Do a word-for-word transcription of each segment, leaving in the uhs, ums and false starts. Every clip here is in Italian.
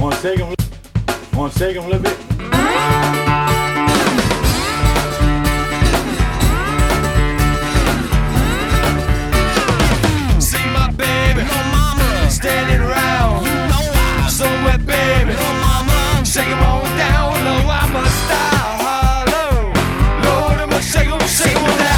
Wanna take 'em, wanna take 'em a little bit. See my baby, no mama, standing around, you know I'm somewhere, baby, no mama, shake 'em on down, no I'm a star, hello, Lord, I'm a shake 'em, shake 'em down.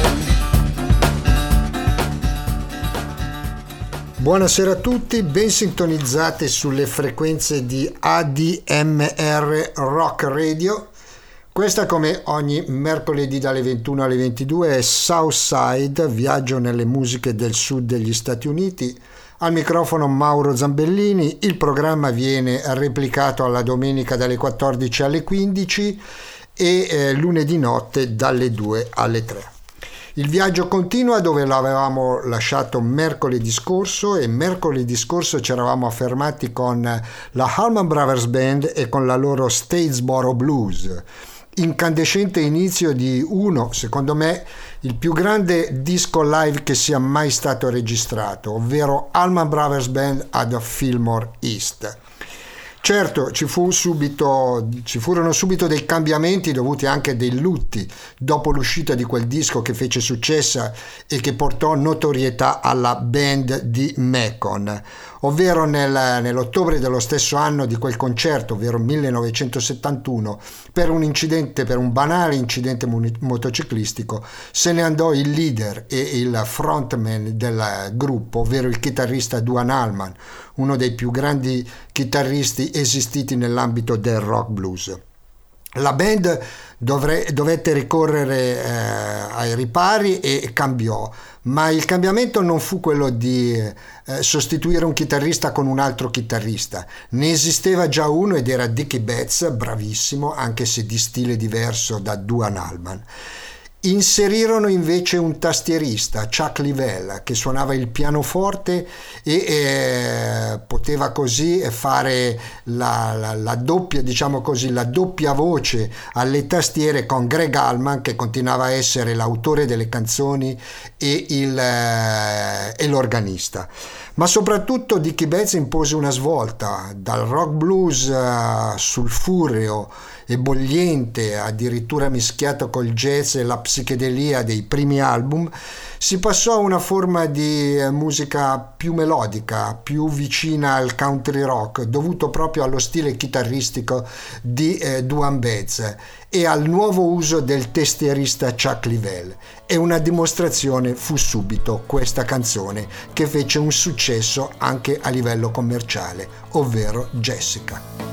Buonasera a tutti, ben sintonizzati sulle frequenze di A D M R Rock Radio. Questa, come ogni mercoledì dalle ventuno alle ventidue, è Southside, viaggio nelle musiche del sud degli Stati Uniti. Al microfono Mauro Zambellini. Il programma viene replicato alla domenica dalle quattordici alle quindici e eh, lunedì notte dalle due alle tre. Il viaggio continua dove l'avevamo lasciato mercoledì scorso, e mercoledì scorso ci eravamo affermati con la Allman Brothers Band e con la loro Statesboro Blues. Incandescente inizio di uno, secondo me, il più grande disco live che sia mai stato registrato, ovvero Allman Brothers Band ad Fillmore East. Certo, ci fu subito, ci furono subito dei cambiamenti dovuti anche a dei lutti dopo l'uscita di quel disco che fece successo e che portò notorietà alla band di Macon, ovvero nel, nell'ottobre dello stesso anno di quel concerto, ovvero millenovecentosettantuno, per un incidente, per un banale incidente motociclistico, se ne andò il leader e il frontman del gruppo, ovvero il chitarrista Duane Allman, uno dei più grandi chitarristi esistiti nell'ambito del rock blues. La band dovre, dovette ricorrere eh, ai ripari e cambiò, ma il cambiamento non fu quello di eh, sostituire un chitarrista con un altro chitarrista. Ne esisteva già uno ed era Dickie Betts, bravissimo, anche se di stile diverso da Duane Allman. Inserirono invece un tastierista, Chuck Leavell, che suonava il pianoforte e eh, poteva così fare la, la, la doppia, diciamo così, la doppia voce alle tastiere con Greg Allman, che continuava a essere l'autore delle canzoni e, il, eh, e l'organista. Ma soprattutto Dickie Betts impose una svolta dal rock blues uh, sulfureo e bogliente, addirittura mischiato col jazz e la psichedelia dei primi album. Si passò a una forma di musica più melodica, più vicina al country rock, dovuto proprio allo stile chitarristico di eh, Duane Betts e al nuovo uso del tastierista Chuck Leavell. E una dimostrazione fu subito questa canzone, che fece un successo anche a livello commerciale, ovvero Jessica.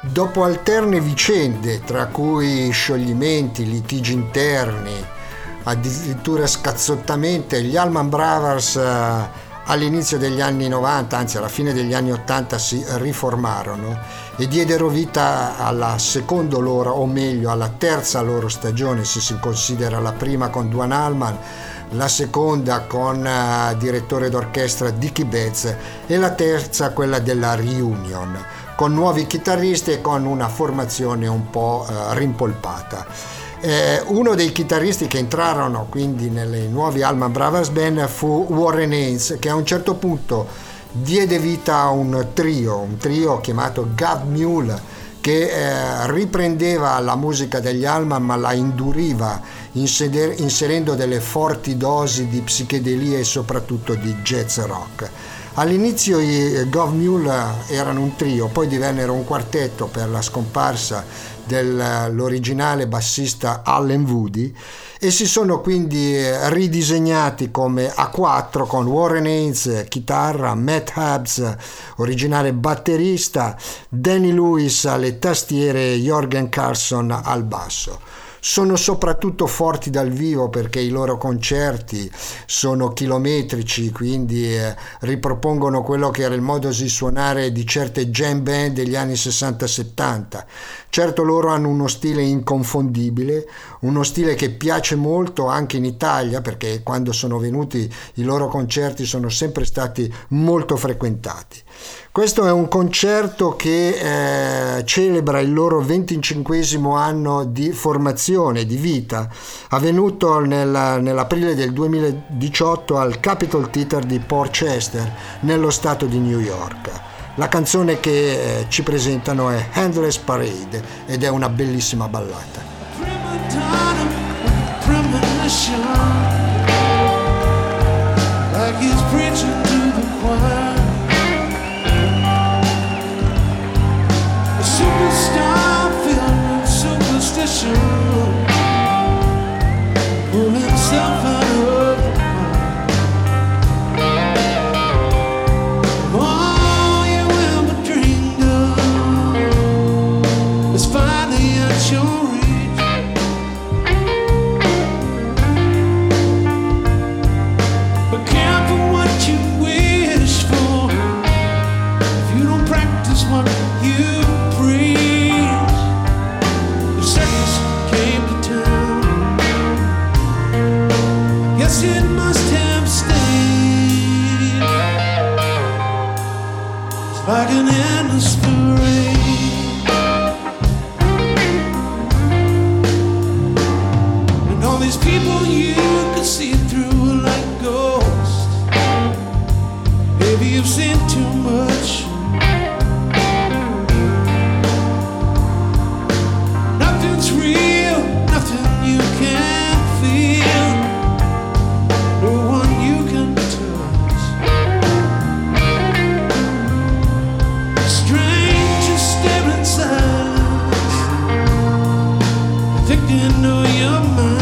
Dopo alterne vicende, tra cui scioglimenti, litigi interni, addirittura scazzottamenti, gli Allman Brothers eh, all'inizio degli anni novanta, anzi alla fine degli anni ottanta, si riformarono e diedero vita alla seconda loro, o meglio alla terza loro stagione, se si considera la prima con Duane Allman, la seconda con uh, direttore d'orchestra Dickie Betts e la terza quella della reunion, con nuovi chitarristi e con una formazione un po' uh, rimpolpata. Eh, uno dei chitarristi che entrarono quindi nelle nuovi Allman Brothers Band fu Warren Haynes, che a un certo punto diede vita a un trio, un trio chiamato Gov Mule, che eh, riprendeva la musica degli Allman ma la induriva inser- inserendo delle forti dosi di psichedelia e soprattutto di jazz rock. All'inizio i Gov Mule erano un trio, poi divennero un quartetto per la scomparsa dell'originale bassista Allen Woody e si sono quindi ridisegnati come a quattro con Warren Haynes chitarra, Matt Hubbs originale batterista, Danny Lewis alle tastiere e Jorgen Carlson al basso. Sono soprattutto forti dal vivo perché i loro concerti sono chilometrici, quindi eh, ripropongono quello che era il modo di suonare di certe jam band degli anni sessanta settanta. Certo, loro hanno uno stile inconfondibile, uno stile che piace molto anche in Italia, perché quando sono venuti i loro concerti sono sempre stati molto frequentati. Questo è un concerto che eh, celebra il loro venticinquesimo anno di formazione, di vita, avvenuto nella, nell'aprile del duemiladiciotto al Capitol Theatre di Port Chester, nello stato di New York. La canzone che eh, ci presentano è Endless Parade ed è una bellissima ballata. Like he's preaching to the choir. A superstar filled with superstition, pull himself out of the fire. All you ever dreamed of is finally at your reach. But careful what you wish for, if you don't practice what you preach. The circus came to town, yes it must have stayed. It's like an endless parade. And all these people you could see through like ghosts. Maybe you've seen too much. Nothing's real, nothing you can feel, no one you can touch. Strangers stare in silence, I think they know your mind.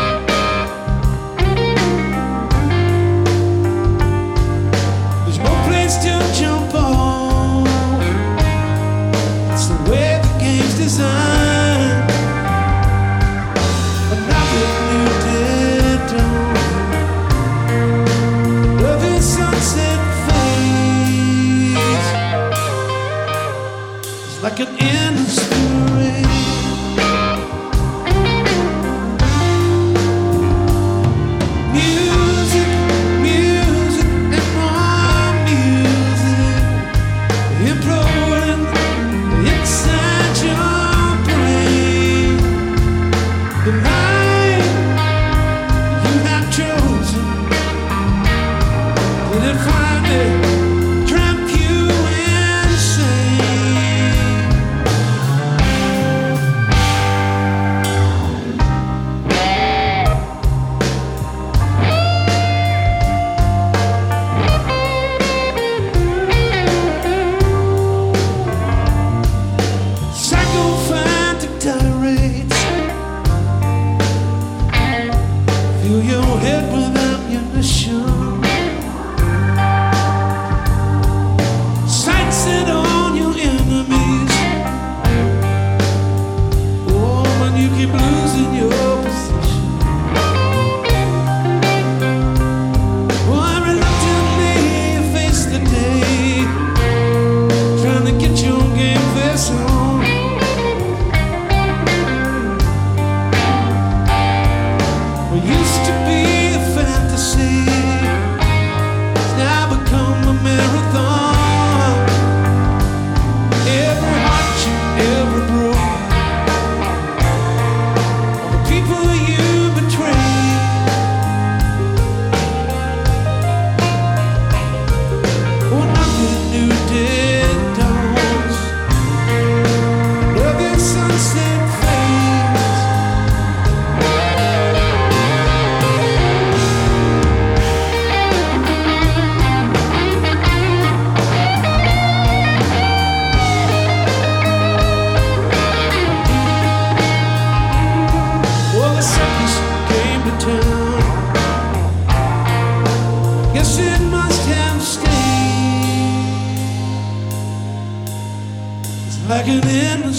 There's no place to jump on, it's the way the game's designed. But nothing new did dawn. Loving sunset fades, it's like an endless parade. Music, music, and more music, imploding inside your brain. The life you have chosen, will it finally trap you insane?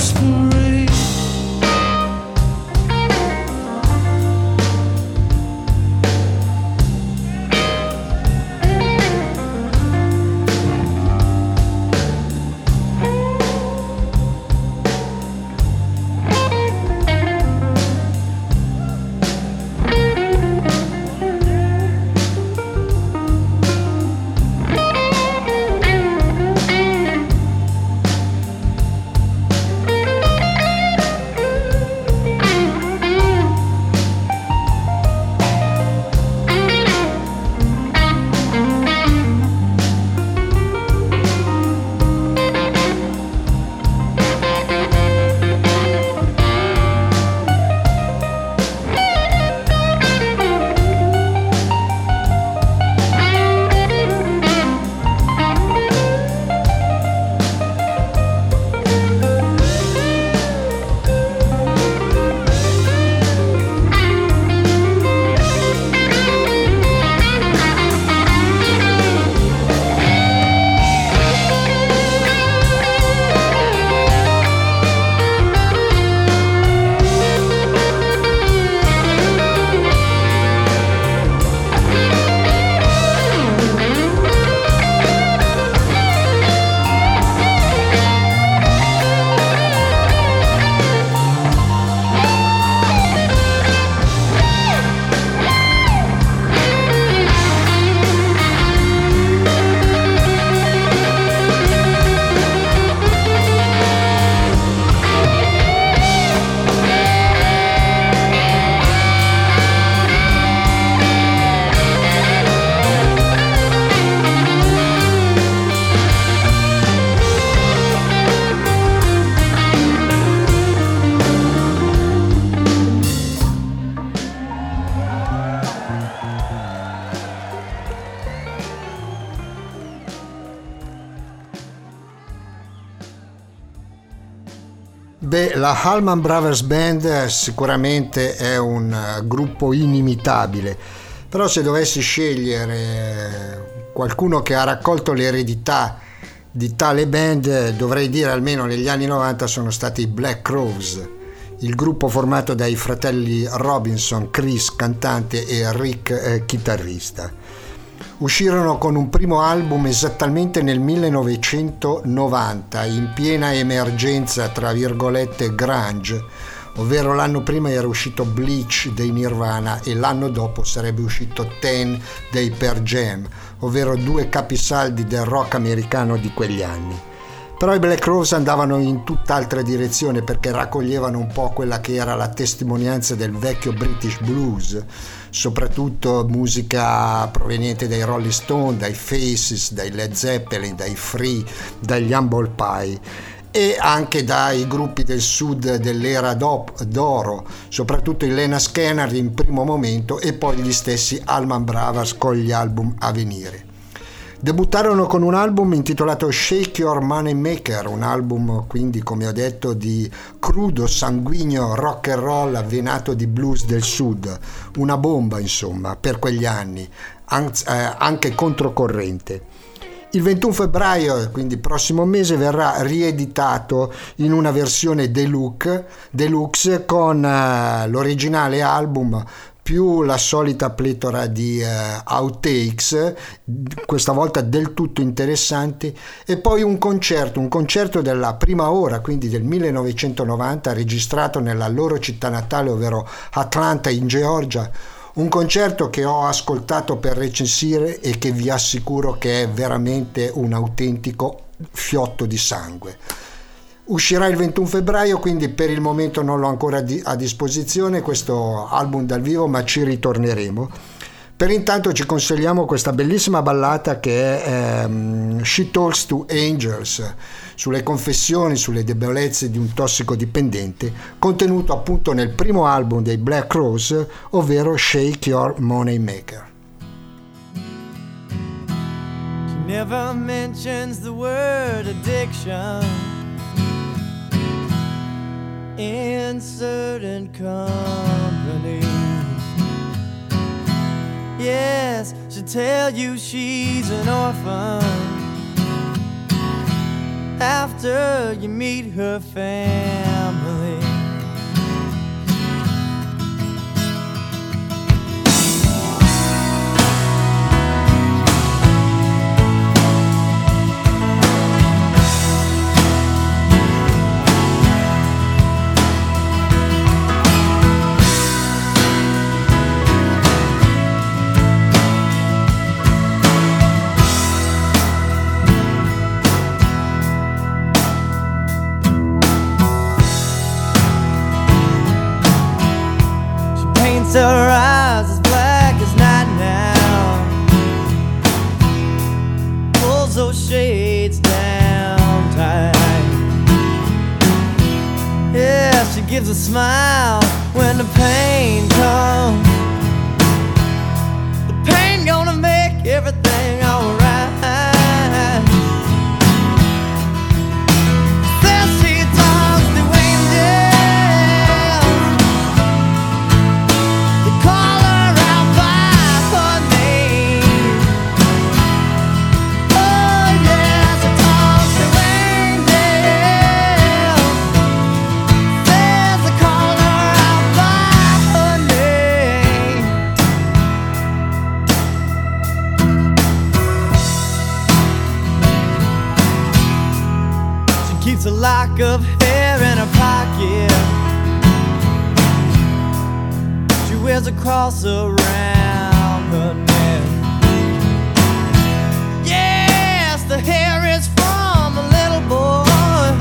just for rain. Beh, la Allman Brothers Band sicuramente è un gruppo inimitabile, però se dovessi scegliere qualcuno che ha raccolto l'eredità di tale band, dovrei dire almeno negli anni novanta sono stati i Black Crowes, il gruppo formato dai fratelli Robinson, Chris cantante e Rick eh, chitarrista. Uscirono con un primo album esattamente nel millenovecentonovanta, in piena emergenza tra virgolette grunge, ovvero l'anno prima era uscito Bleach dei Nirvana e l'anno dopo sarebbe uscito Ten dei Pearl Jam, ovvero due capisaldi del rock americano di quegli anni. Però i Black Crowes andavano in tutt'altra direzione perché raccoglievano un po' quella che era la testimonianza del vecchio British blues, soprattutto musica proveniente dai Rolling Stone, dai Faces, dai Led Zeppelin, dai Free, dagli Humble Pie e anche dai gruppi del sud dell'era d'oro, soprattutto i Lena Scanner in primo momento e poi gli stessi Allman Brothers con gli album a venire. Debuttarono con un album intitolato Shake Your Money Maker, un album quindi, come ho detto, di crudo, sanguigno rock and roll avvenato di blues del sud, una bomba insomma per quegli anni, anche controcorrente. Il ventuno febbraio, quindi prossimo mese, verrà rieditato in una versione deluxe, deluxe con uh, l'originale album più la solita pletora di uh, outtakes, questa volta del tutto interessanti, e poi un concerto, un concerto della prima ora, quindi del millenovecentonovanta, registrato nella loro città natale, ovvero Atlanta in Georgia, un concerto che ho ascoltato per recensire e che vi assicuro che è veramente un autentico fiotto di sangue. Uscirà il ventuno febbraio, quindi per il momento non l'ho ancora a disposizione questo album dal vivo, ma ci ritorneremo. Per intanto ci consigliamo questa bellissima ballata che è um, She Talks to Angels, sulle confessioni, sulle debolezze di un tossicodipendente, contenuto appunto nel primo album dei Black Crowes, ovvero Shake Your Money Maker. She never mentions the word addiction in certain company. Yes, she'll tell you she's an orphan after you meet her family. Her eyes as black as night now, pulls those shades down tight. Yeah, she gives a smile when the pain comes. The pain gonna make everything alright. Says she talks to angels, call her out by her name. Oh yes, she talks to angels. Says I call her out by her name. She keeps a lock of hair in her pocket. Wears a cross around her neck. Yes, the hair is from a little boy,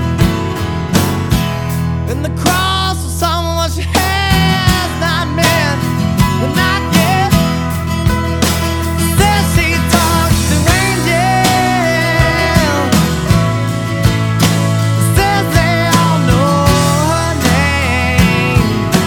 and the cross is someone she has not met, but not yet. Says she talks to angels. Says they all know her name.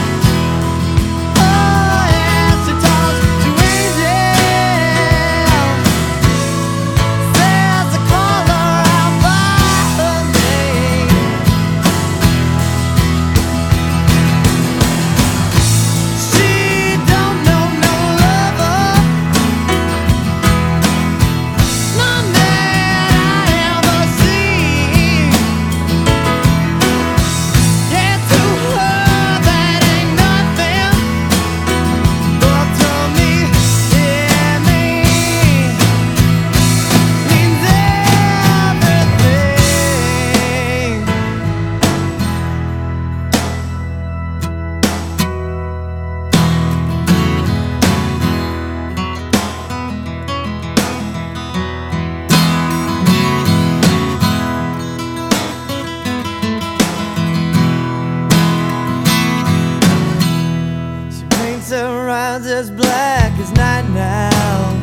As black as night now,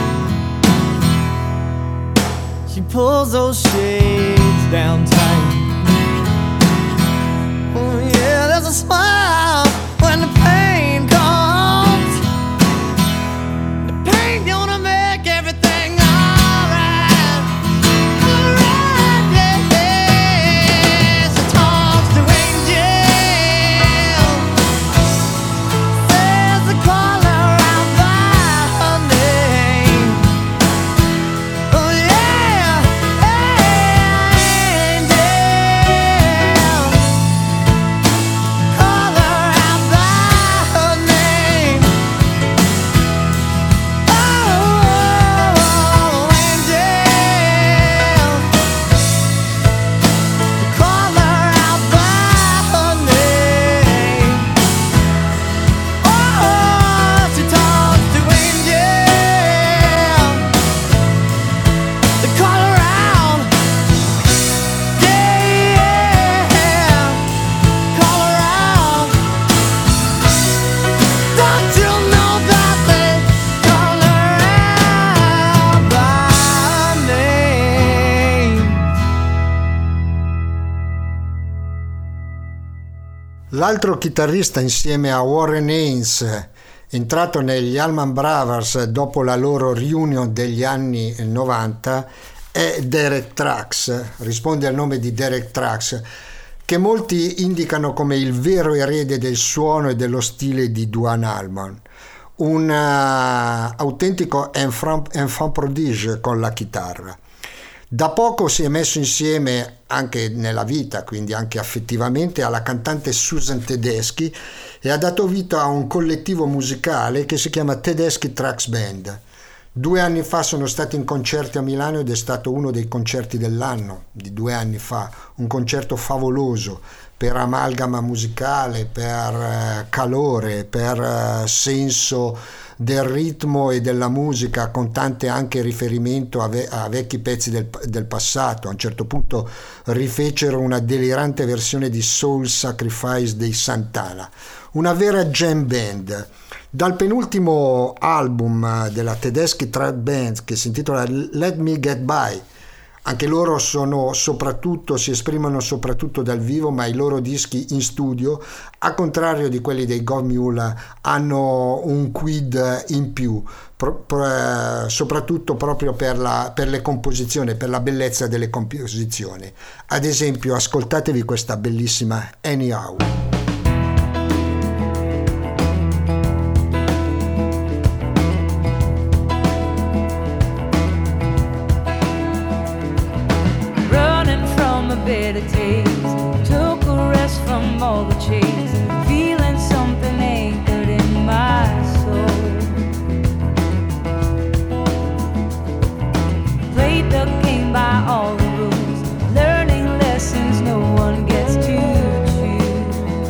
she pulls those shades down tight. Oh yeah, there's a smile when the pain comes. The pain gonna make everything alright. Alright, yeah, yeah. She talks to angels. Says the call L'altro chitarrista insieme a Warren Haynes, entrato negli Allman Brothers dopo la loro reunion degli anni novanta, è Derek Trucks, risponde al nome di Derek Trucks, che molti indicano come il vero erede del suono e dello stile di Duane Allman, un uh, autentico enfant, enfant prodige con la chitarra. Da poco si è messo insieme anche nella vita, quindi anche affettivamente, alla cantante Susan Tedeschi e ha dato vita a un collettivo musicale che si chiama Tedeschi Trucks Band. Due anni fa sono stati in concerti a Milano ed è stato uno dei concerti dell'anno, di due anni fa, un concerto favoloso per amalgama musicale, per calore, per senso del ritmo e della musica, con tante anche riferimento a, ve- a vecchi pezzi del, del passato. A un certo punto rifecero una delirante versione di Soul Sacrifice dei Santana, una vera jam band. Dal penultimo album della Tedeschi Truck Band, che si intitola Let Me Get By, anche loro sono soprattutto, si esprimono soprattutto dal vivo, ma i loro dischi in studio, a contrario di quelli dei Gov Mule, hanno un quid in più, pro, pro, soprattutto proprio per, la, per le composizioni, per la bellezza delle composizioni. Ad esempio, ascoltatevi questa bellissima Anyhow. Bitter taste, took a rest from all the chase, feeling something anchored in my soul. Played the game by all the rules, learning lessons no one gets to choose.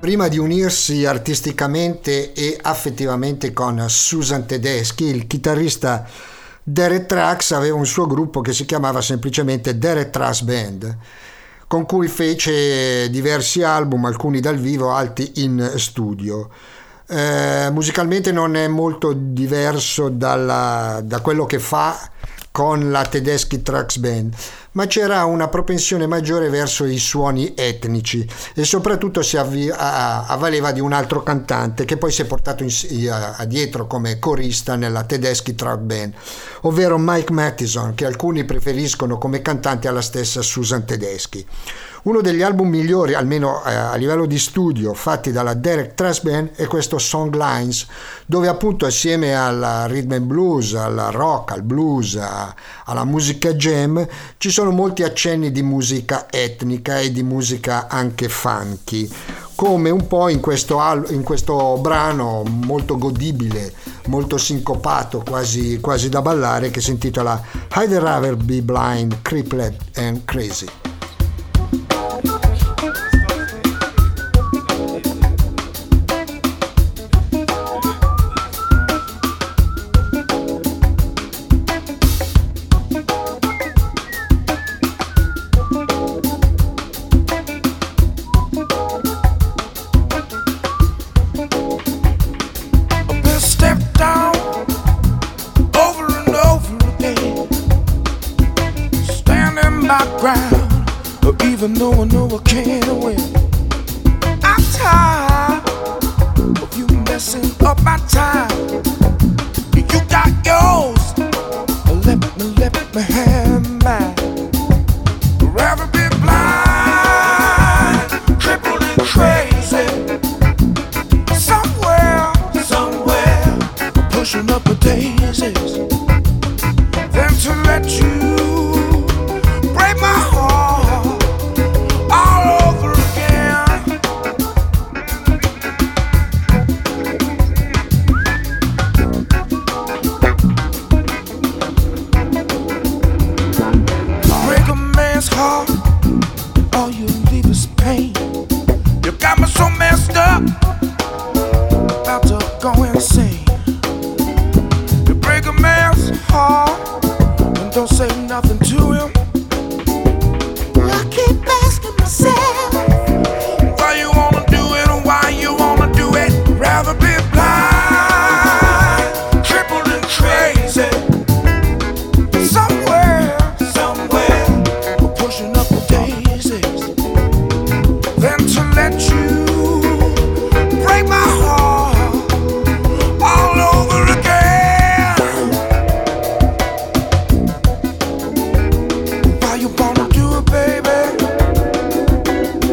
Prima di unirsi artisticamente e affettivamente con Susan Tedeschi, il chitarrista Derek Trucks aveva un suo gruppo che si chiamava semplicemente Derek Trucks Band, con cui fece diversi album, alcuni dal vivo, altri in studio. Eh, musicalmente non è molto diverso dalla, da quello che fa con la Tedeschi Trucks Band, ma c'era una propensione maggiore verso i suoni etnici e soprattutto si avvi- a- avvaleva di un altro cantante che poi si è portato in- a- a dietro come corista nella Tedeschi Trucks Band, ovvero Mike Matheson, che alcuni preferiscono come cantante alla stessa Susan Tedeschi. Uno degli album migliori, almeno eh, a livello di studio, fatti dalla Derek Trucks Band è questo Songlines, dove appunto assieme al rhythm and blues, al rock, al blues, a, alla musica jam, ci sono molti accenni di musica etnica e di musica anche funky, come un po' in questo, al- in questo brano molto godibile, molto sincopato, quasi, quasi da ballare, che si intitola I'd Rather Be Blind, Crippled and Crazy. Even though I know I can't win, I'm tired of you messing up my time. You got yours, let me, let me have mine. I'd rather be blind, crippled and crazy, somewhere, somewhere, pushing up the daisies, than to let you break my heart. All you leave is pain. You got me so messed up, about to go insane. You break a man's heart and don't say nothing to him. I keep asking myself why you wanna do it and why you wanna do it. Rather be blind, crippled and crazy, somewhere, somewhere, pushing up the daisies, than to let you break my heart all over again. Why you wanna do it, baby?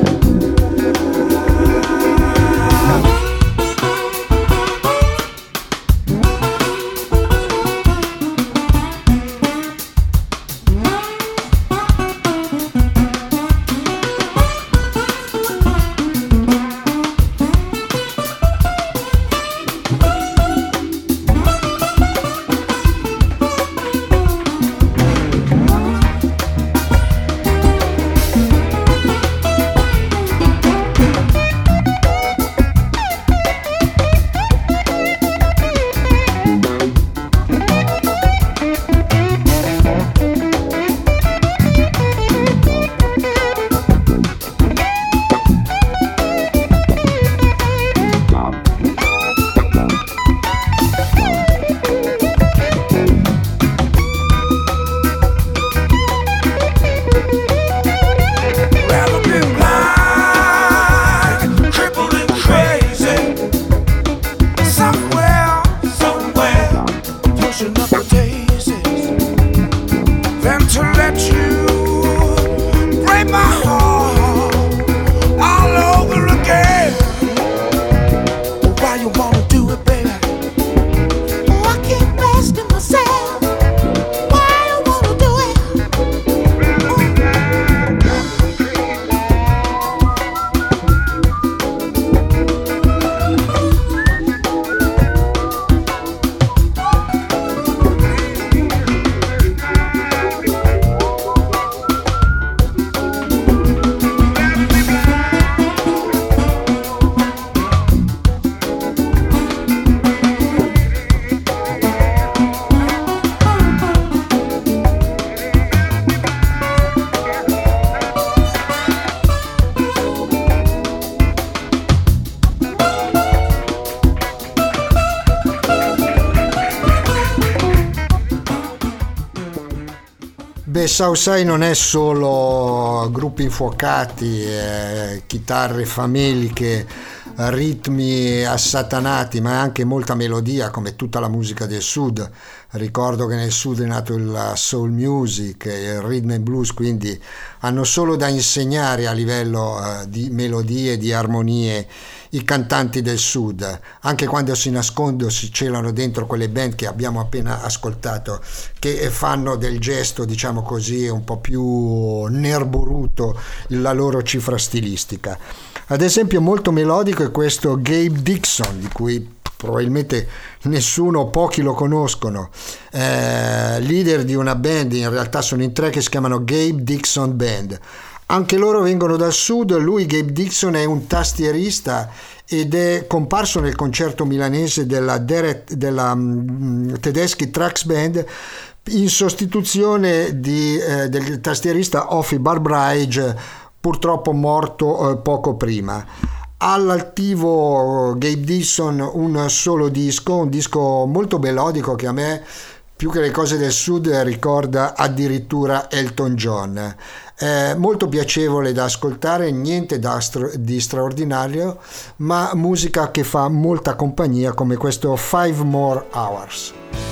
che Southside non è solo gruppi infuocati, eh, chitarre fameliche, ritmi assatanati, ma anche molta melodia, come tutta la musica del sud. Ricordo che nel sud è nato il soul music e il rhythm and blues, quindi hanno solo da insegnare a livello uh, di melodie, di armonie i cantanti del sud, anche quando si nascondono, si celano dentro quelle band che abbiamo appena ascoltato, che fanno del gesto, diciamo così, un po' più nerboruto la loro cifra stilistica. Ad esempio molto melodico è questo Gabe Dixon, di cui probabilmente nessuno o pochi lo conoscono, eh, leader di una band, in realtà sono in tre, che si chiamano Gabe Dixon Band. Anche loro vengono dal sud. Lui, Gabe Dixon, è un tastierista ed è comparso nel concerto milanese della, Deret, della um, Tedeschi Trax Band in sostituzione di, eh, del tastierista Offie Barbridge, purtroppo morto eh, poco prima. All'attivo Gabe Dixon un solo disco, un disco molto melodico che a me, più che le cose del sud, ricorda addirittura Elton John. È molto piacevole da ascoltare, niente da stra- di straordinario, ma musica che fa molta compagnia, come questo Five More Hours.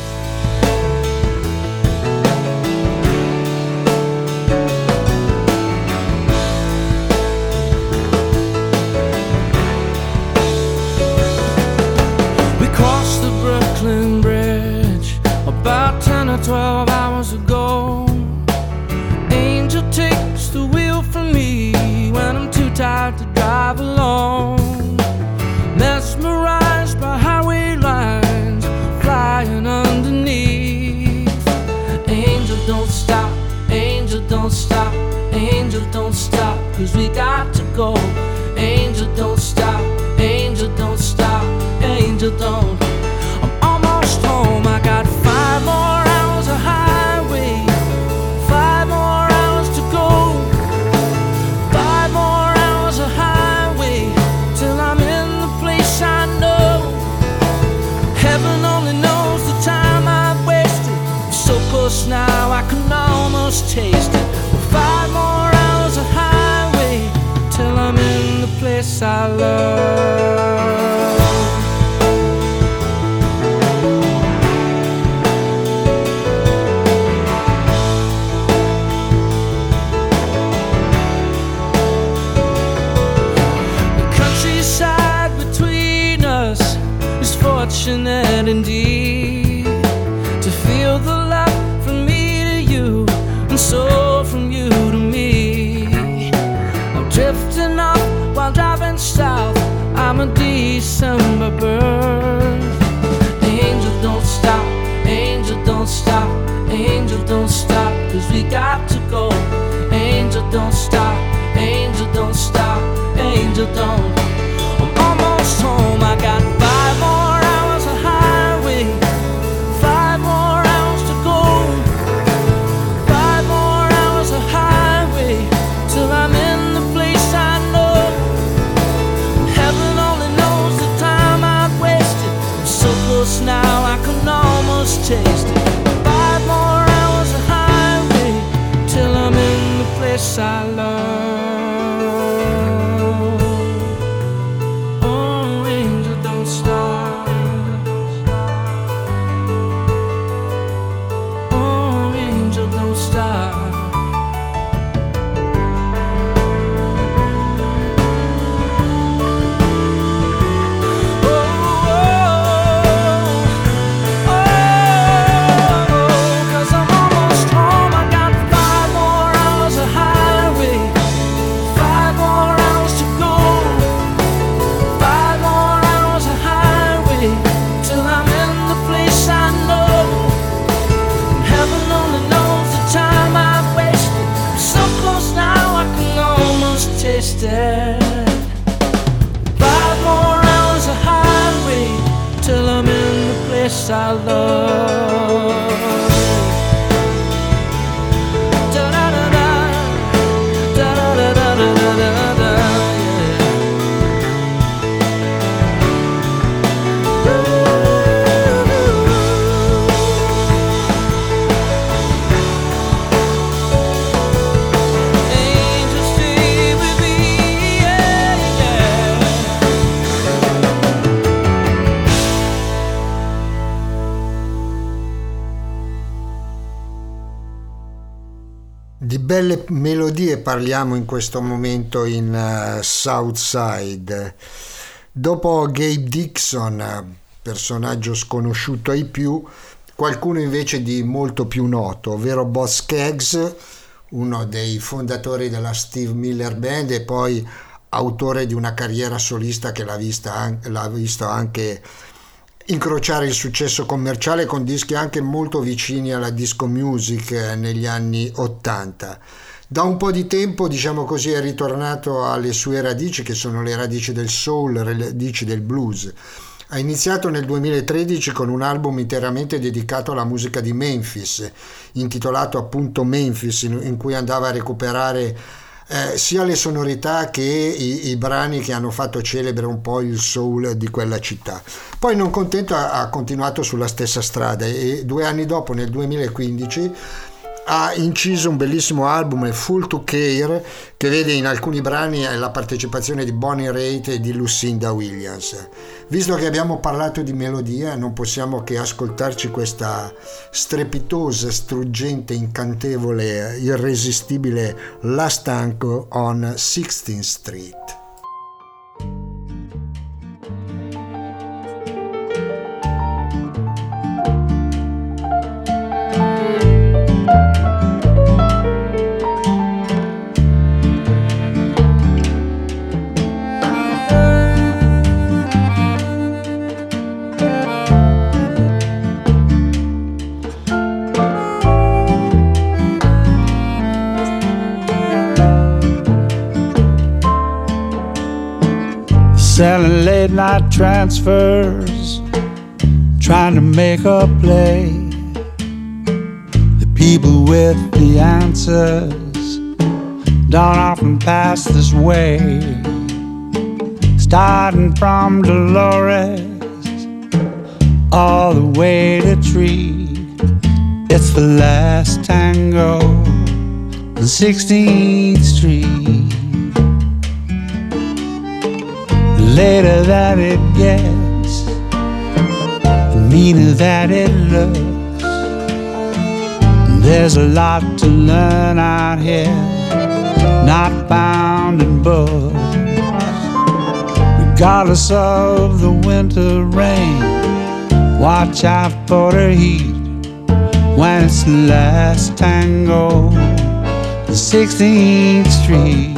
Twelve hours ago, Angel takes the wheel from me when I'm too tired to drive alone. Mesmerized by highway lines flying underneath. Angel, don't stop, Angel, don't stop, Angel, don't stop, 'cause we got to go. Angel, don't stop, Angel, don't stop, Angel, don't. I'm almost home, I got five more highway, five more hours to go, five more hours of highway, till I'm in the place I know. Heaven only knows the time I've wasted. I'm so close now I can almost taste it. Five more hours of highway, till I'm in the place I love. Fortunate indeed to feel the love from me to you, and so from you to me. I'm drifting off while driving south, I'm a December bird. Angel, don't stop, Angel, don't stop, Angel, don't stop, 'cause we got to go. Angel, don't stop, Angel, don't stop, Angel, don't. I'm almost home, I got five more now I can almost taste it. Five more hours of highway, till I'm in the place I love. Oh, angel, don't stop. Oh, angel, don't stop. Five more hours of highway, till I'm in the place I love. Da da da da, da da da da da da da, Di belle melodie parliamo in questo momento in uh, Southside. Dopo Gabe Dixon, personaggio sconosciuto ai più, qualcuno invece di molto più noto, ovvero Boz Scaggs, uno dei fondatori della Steve Miller Band e poi autore di una carriera solista che l'ha, vista, l'ha visto anche incrociare il successo commerciale con dischi anche molto vicini alla disco music negli anni ottanta. Da un po' di tempo, diciamo così, è ritornato alle sue radici, che sono le radici del soul, le radici del blues. Ha iniziato nel duemilatredici con un album interamente dedicato alla musica di Memphis, intitolato appunto Memphis, in cui andava a recuperare Eh, sia le sonorità che i, i brani che hanno fatto celebre un po' il soul di quella città. Poi, non contento, ha, ha continuato sulla stessa strada e due anni dopo, nel duemilaquindici, ha inciso un bellissimo album, Full to Care, che vede in alcuni brani la partecipazione di Bonnie Raitt e di Lucinda Williams. Visto che abbiamo parlato di melodia, non possiamo che ascoltarci questa strepitosa, struggente, incantevole, irresistibile Last Tango on sixteenth Street. Selling late night transfers, trying to make a play. The people with the answers don't often pass this way. Starting from Dolores all the way to Tree, it's the last tango on sixteenth Street. The later that it gets, the meaner that it looks. There's a lot to learn out here, not found in books. Regardless of the winter rain, watch out for the heat when it's the last tango on sixteenth Street.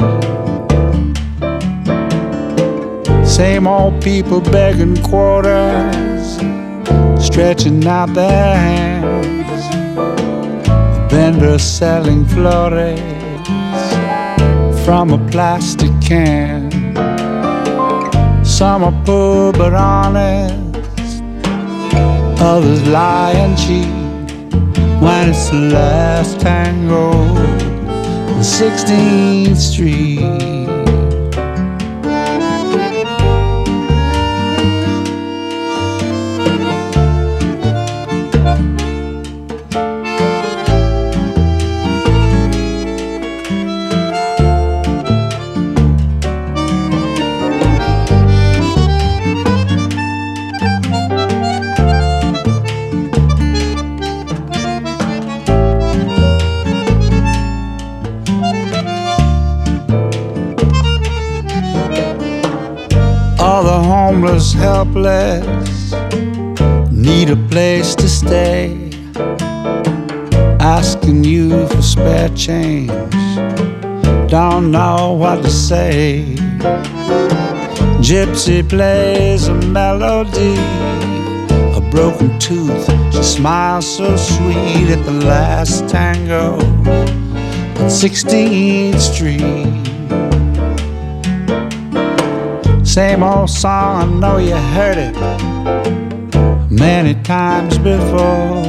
Same old people begging quarters, stretching out their hands. The vendors selling flores from a plastic can. Some are poor but honest, others lie and cheat when it's the last tango on sixteenth Street. Homeless, helpless, need a place to stay, asking you for spare change, don't know what to say. Gypsy plays a melody, a broken tooth, she smiles so sweet at the last tango on sixteenth Street. Same old song, I know you heard it many times before.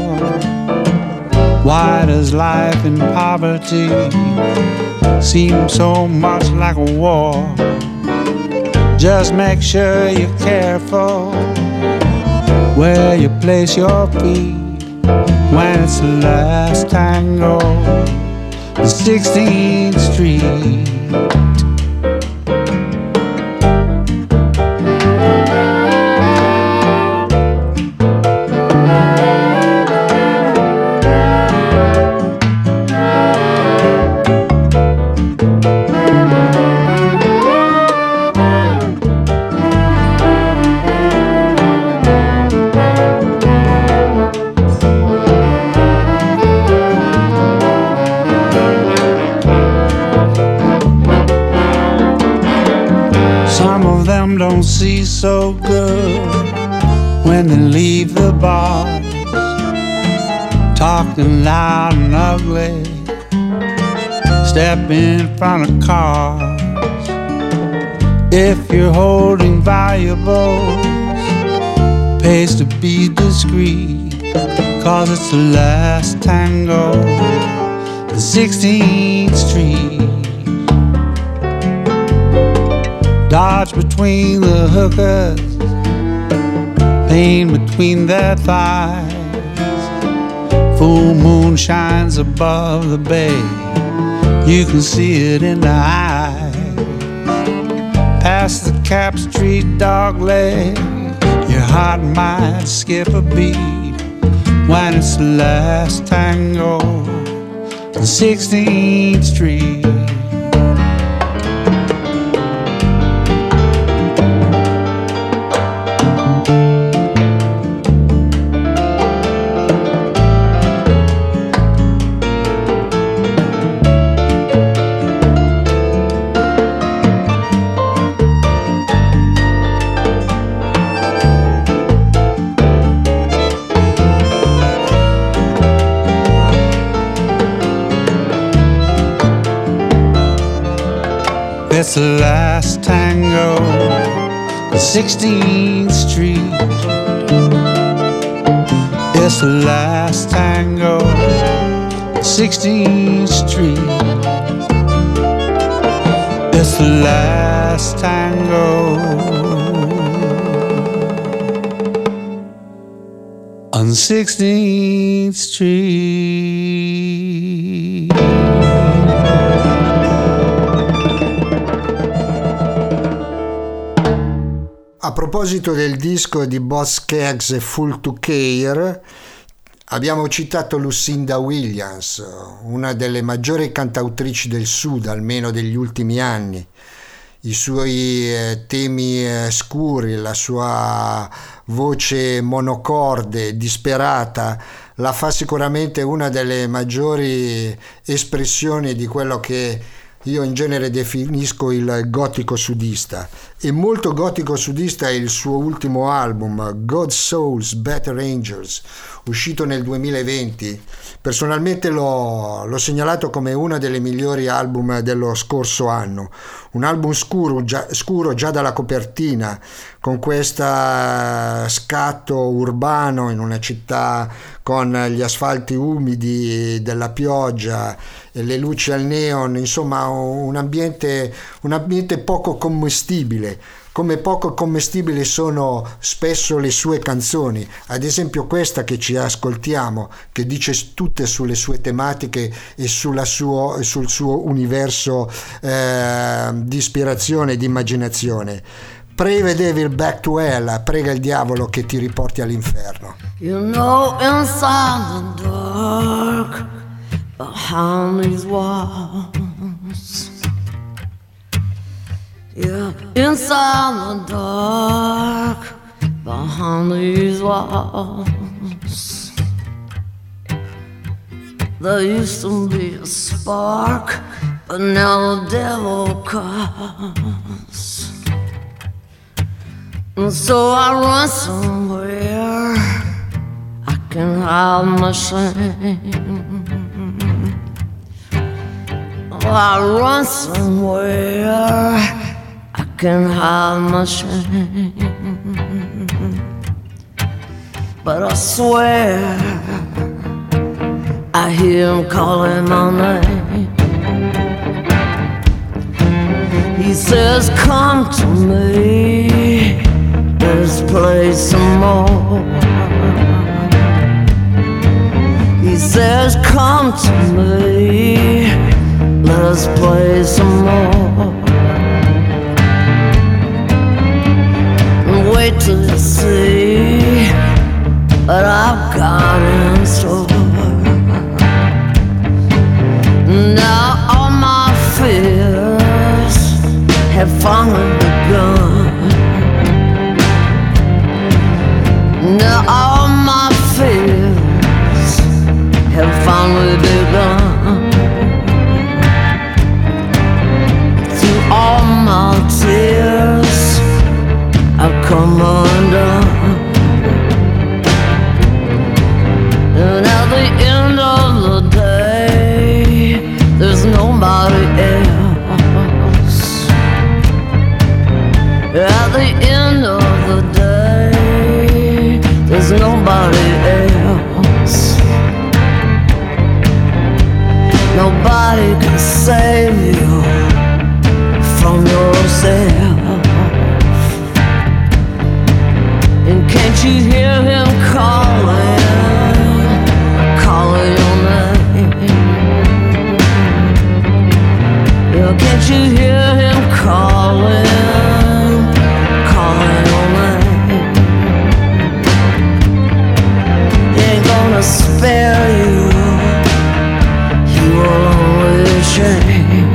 Why does life in poverty seem so much like a war? Just make sure you're careful where you place your feet when it's the last tango on sixteenth Street. Some don't see so good when they leave the bars, talking loud and ugly, step in front of cars. If you're holding valuables, pays to be discreet, 'cause it's the last tango, the sixteenth Street. Dodge between the hookers, pain between their thighs. Full moon shines above the bay, you can see it in the eyes. Past the Cap Street dog leg, your heart might skip a beat when it's the last tango, the sixteenth Street. It's the last tango, the sixteenth Street. It's the last tango, the sixteenth Street. It's the last tango on sixteenth Street. A proposito del disco di Boz Scaggs e Full to Care, abbiamo citato Lucinda Williams, una delle maggiori cantautrici del sud, almeno degli ultimi anni. I suoi eh, temi eh, scuri, la sua voce monocorde, disperata, la fa sicuramente una delle maggiori espressioni di quello che io in genere definisco il gotico sudista, e molto gotico sudista è il suo ultimo album, God Souls Better Angels, uscito nel duemilaventi. Personalmente l'ho, l'ho segnalato come uno dei migliori album dello scorso anno, un album scuro già, scuro già dalla copertina, con questo scatto urbano in una città con gli asfalti umidi della pioggia e le luci al neon, insomma un ambiente, un ambiente poco commestibile, come poco commestibili sono spesso le sue canzoni, ad esempio questa che ci ascoltiamo, che dice tutte sulle sue tematiche e sulla suo, sul suo universo eh, di ispirazione e di immaginazione. Pray the devil back to hell, prega il diavolo che ti riporti all'inferno. You know, inside the dark, behind these walls, yeah, inside the dark, behind these walls, there used to be a spark, but now the devil calls. And so I run somewhere I can hide my shame. Oh, I run somewhere I can hide my shame. But I swear I hear him calling my name. He says, come to me, let's play some more. He says, come to me, let's play some more. And wait till you see what I've got in store. Now all my fears have finally begun. Now all my fears have finally begun. Through all my tears can't you hear him calling, calling your name? He ain't gonna spare you, he will only change.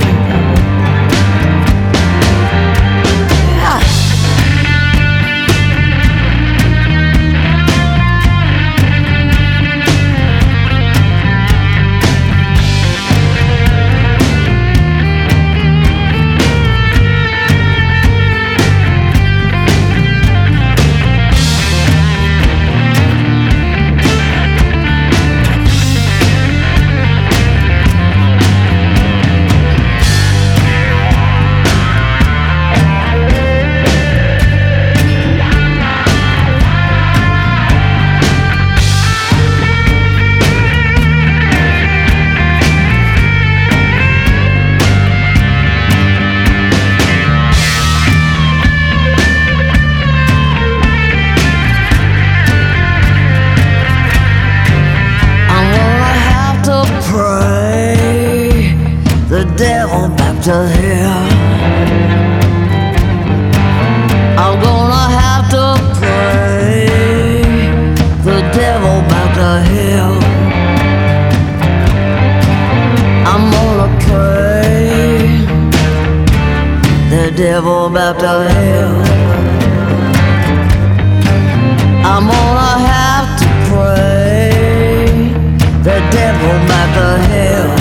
To hell, I'm gonna have to pray the devil back to hell. I'm gonna pray the devil back to hell. I'm gonna have to pray the devil back to hell.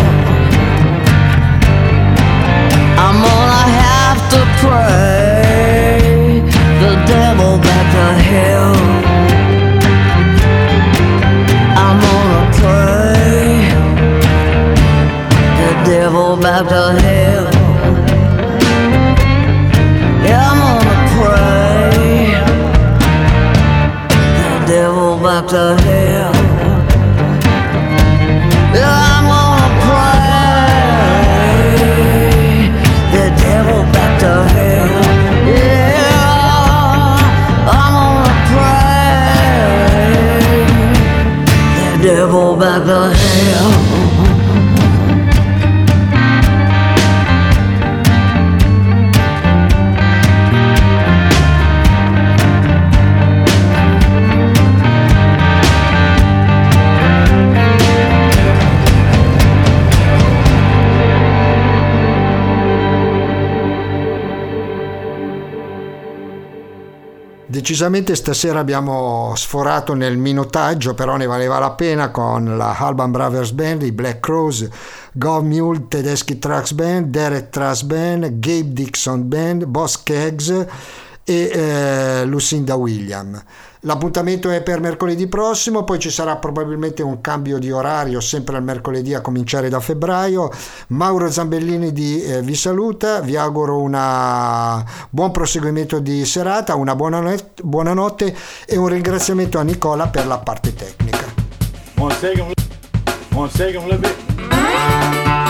I'm gonna have to pray the devil back to hell. I'm gonna pray the devil back to hell. Yeah, I'm gonna pray the devil back to hell. Yeah, I'm gonna pray the devil back to hell. Yeah, I'm gonna pray the devil back to hell. Decisamente stasera abbiamo sforato nel minutaggio, però ne valeva la pena, con la Alban Brothers Band, i Black Crowes, Gov Mule Tedeschi Trucks Band, Derek Truss Band, Gabe Dixon Band, Boss Keggs e eh, Lucinda Williams. L'appuntamento è per mercoledì prossimo, poi ci sarà probabilmente un cambio di orario sempre al mercoledì a cominciare da febbraio. Mauro Zambellini di, eh, vi saluta, vi auguro un buon proseguimento di serata, una buona net- buonanotte e un ringraziamento a Nicola per la parte tecnica. One second, one second, a little bit.